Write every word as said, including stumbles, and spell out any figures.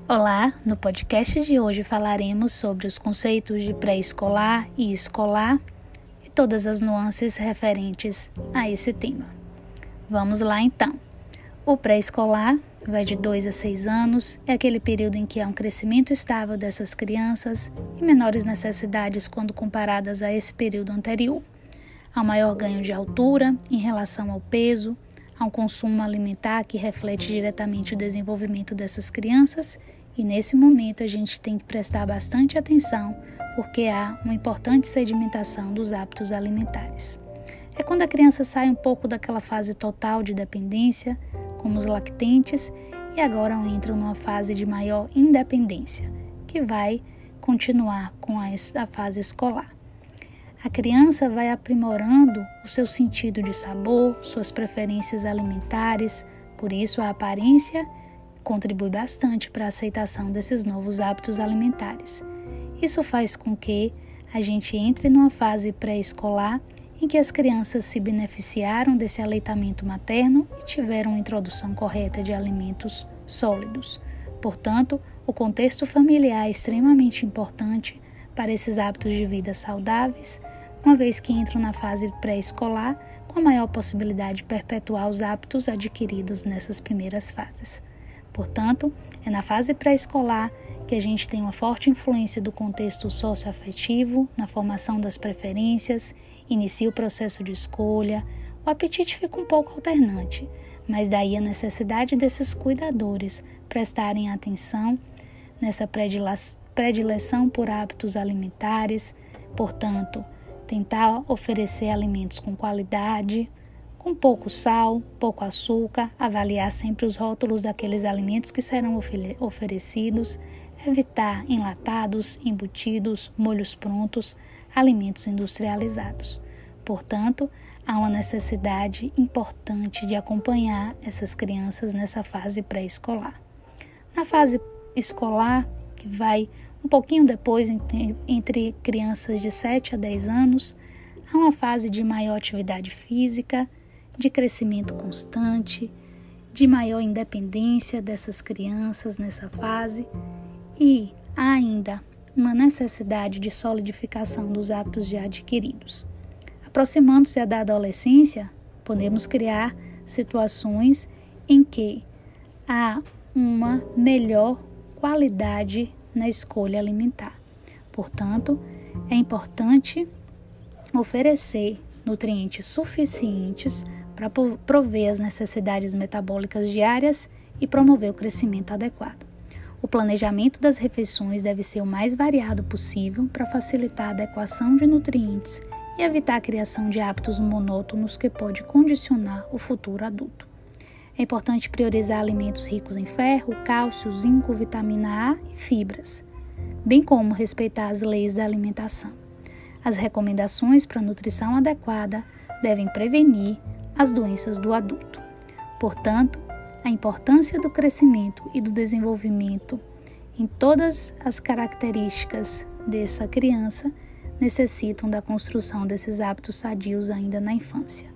Olá, no podcast de hoje falaremos sobre os conceitos de pré-escolar e escolar e todas as nuances referentes a esse tema. Vamos lá então. O pré-escolar vai de dois a seis anos, é aquele período em que há um crescimento estável dessas crianças e menores necessidades quando comparadas a esse período anterior. Há um maior ganho de altura em relação ao peso, há um consumo alimentar que reflete diretamente o desenvolvimento dessas crianças e nesse momento a gente tem que prestar bastante atenção porque há uma importante sedimentação dos hábitos alimentares. É quando a criança sai um pouco daquela fase total de dependência, como os lactentes, e agora entram numa fase de maior independência, que vai continuar com a fase escolar. A criança vai aprimorando o seu sentido de sabor, suas preferências alimentares, por isso a aparência contribui bastante para a aceitação desses novos hábitos alimentares. Isso faz com que a gente entre numa fase pré-escolar em que as crianças se beneficiaram desse aleitamento materno e tiveram uma introdução correta de alimentos sólidos. Portanto, o contexto familiar é extremamente importante para esses hábitos de vida saudáveis, uma vez que entram na fase pré-escolar com a maior possibilidade de perpetuar os hábitos adquiridos nessas primeiras fases. Portanto, é na fase pré-escolar que a gente tem uma forte influência do contexto socioafetivo, na formação das preferências, inicia o processo de escolha, o apetite fica um pouco alternante, mas daí a necessidade desses cuidadores prestarem atenção nessa predileção por hábitos alimentares, portanto, tentar oferecer alimentos com qualidade, com pouco sal, pouco açúcar, avaliar sempre os rótulos daqueles alimentos que serão ofer- oferecidos, evitar enlatados, embutidos, molhos prontos, alimentos industrializados. Portanto, há uma necessidade importante de acompanhar essas crianças nessa fase pré-escolar. Na fase escolar, que vai um pouquinho depois, entre, entre crianças de sete a dez anos, há uma fase de maior atividade física, de crescimento constante, de maior independência dessas crianças nessa fase e há ainda uma necessidade de solidificação dos hábitos já adquiridos. Aproximando-se da adolescência, podemos criar situações em que há uma melhor qualidade na escolha alimentar. Portanto, é importante oferecer nutrientes suficientes para prover as necessidades metabólicas diárias e promover o crescimento adequado. O planejamento das refeições deve ser o mais variado possível para facilitar a adequação de nutrientes e evitar a criação de hábitos monótonos que pode condicionar o futuro adulto. É importante priorizar alimentos ricos em ferro, cálcio, zinco, vitamina A e fibras, bem como respeitar as leis da alimentação. As recomendações para nutrição adequada devem prevenir as doenças do adulto. Portanto, a importância do crescimento e do desenvolvimento em todas as características dessa criança necessitam da construção desses hábitos sadios ainda na infância.